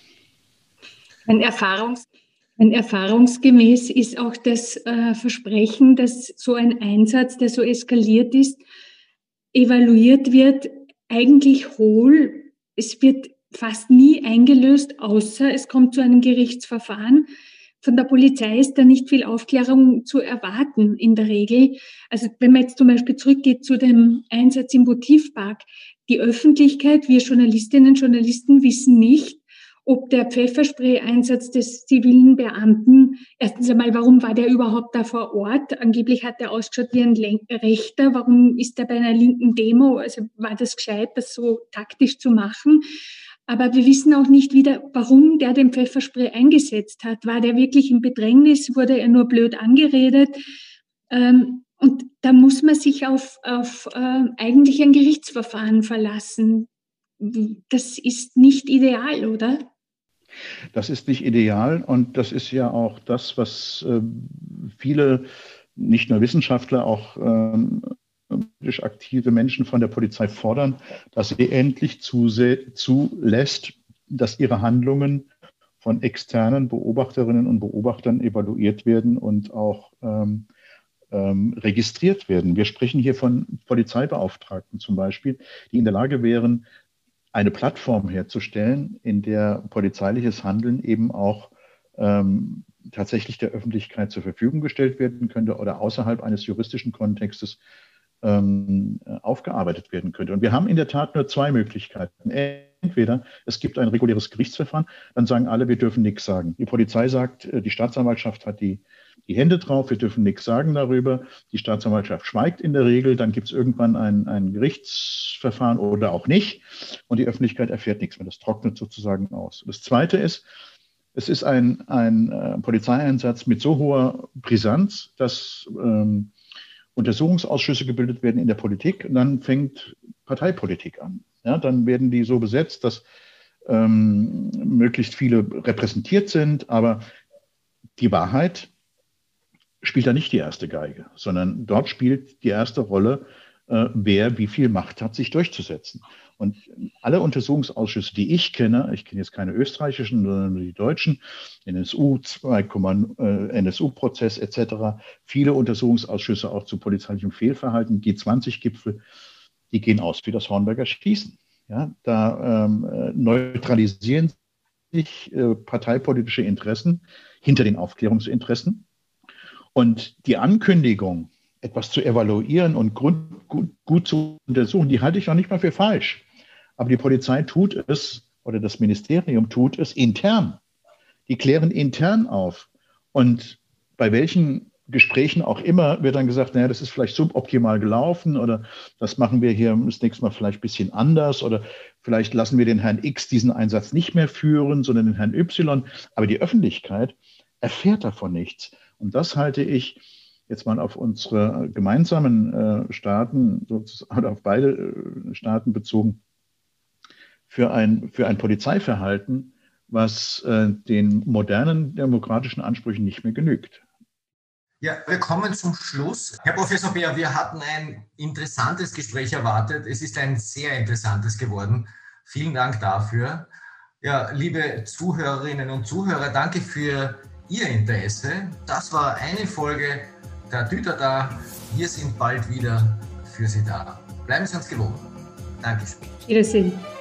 Erfahrungsgemäß ist auch das Versprechen, dass so ein Einsatz, der so eskaliert ist, evaluiert wird, eigentlich hohl. Es wird fast nie eingelöst, außer es kommt zu einem Gerichtsverfahren. Von der Polizei ist da nicht viel Aufklärung zu erwarten in der Regel. Also wenn man jetzt zum Beispiel zurückgeht zu dem Einsatz im Motivpark, die Öffentlichkeit, wir Journalistinnen und Journalisten wissen nicht, ob der Pfefferspray-Einsatz des zivilen Beamten, erstens einmal, warum war der überhaupt da vor Ort? Angeblich hat er ausgeschaut wie ein Rechter. Warum ist er bei einer linken Demo? Also war das gescheit, das so taktisch zu machen? Aber wir wissen auch nicht wieder, warum der den Pfefferspray eingesetzt hat. War der wirklich im Bedrängnis? Wurde er nur blöd angeredet? Und da muss man sich auf eigentlich ein Gerichtsverfahren verlassen. Das ist nicht ideal, oder? Das ist nicht ideal und das ist ja auch das, was viele, nicht nur Wissenschaftler, auch politisch aktive Menschen von der Polizei fordern, dass sie endlich zulässt, dass ihre Handlungen von externen Beobachterinnen und Beobachtern evaluiert werden und auch registriert werden. Wir sprechen hier von Polizeibeauftragten zum Beispiel, die in der Lage wären, eine Plattform herzustellen, in der polizeiliches Handeln eben auch tatsächlich der Öffentlichkeit zur Verfügung gestellt werden könnte oder außerhalb eines juristischen Kontextes aufgearbeitet werden könnte. Und wir haben in der Tat nur zwei Möglichkeiten. Entweder es gibt ein reguläres Gerichtsverfahren, dann sagen alle, wir dürfen nichts sagen. Die Polizei sagt, die Staatsanwaltschaft hat die Hände drauf, wir dürfen nichts sagen darüber. Die Staatsanwaltschaft schweigt in der Regel, dann gibt es irgendwann ein Gerichtsverfahren oder auch nicht und die Öffentlichkeit erfährt nichts mehr. Das trocknet sozusagen aus. Das Zweite ist, es ist ein Polizeieinsatz mit so hoher Brisanz, dass Untersuchungsausschüsse gebildet werden in der Politik und dann fängt Parteipolitik an. Ja, dann werden die so besetzt, dass möglichst viele repräsentiert sind, aber die Wahrheit spielt da nicht die erste Geige, sondern dort spielt die erste Rolle, wer wie viel Macht hat, sich durchzusetzen. Und alle Untersuchungsausschüsse, die ich kenne jetzt keine österreichischen, sondern die deutschen, NSU, NSU-Prozess etc., viele Untersuchungsausschüsse auch zu polizeilichem Fehlverhalten, G20-Gipfel, die gehen aus wie das Hornberger Schießen. Ja, da neutralisieren sich parteipolitische Interessen hinter den Aufklärungsinteressen. Und die Ankündigung, etwas zu evaluieren und gut zu untersuchen, die halte ich auch nicht mal für falsch. Aber die Polizei tut es, oder das Ministerium tut es intern. Die klären intern auf. Und bei welchen Gesprächen auch immer wird dann gesagt, naja, das ist vielleicht suboptimal gelaufen oder das machen wir hier das nächste Mal vielleicht ein bisschen anders oder vielleicht lassen wir den Herrn X diesen Einsatz nicht mehr führen, sondern den Herrn Y. Aber die Öffentlichkeit erfährt davon nichts. Und das halte ich jetzt mal auf unsere gemeinsamen Staaten, sozusagen, oder auf beide Staaten bezogen, für ein Polizeiverhalten, was den modernen demokratischen Ansprüchen nicht mehr genügt. Ja, wir kommen zum Schluss. Herr Professor Beer, wir hatten ein interessantes Gespräch erwartet. Es ist ein sehr interessantes geworden. Vielen Dank dafür. Ja, liebe Zuhörerinnen und Zuhörer, danke für Ihr Interesse. Das war eine Folge der Düter da. Wir sind bald wieder für Sie da. Bleiben Sie uns gewogen. Dankeschön. Wiedersehen.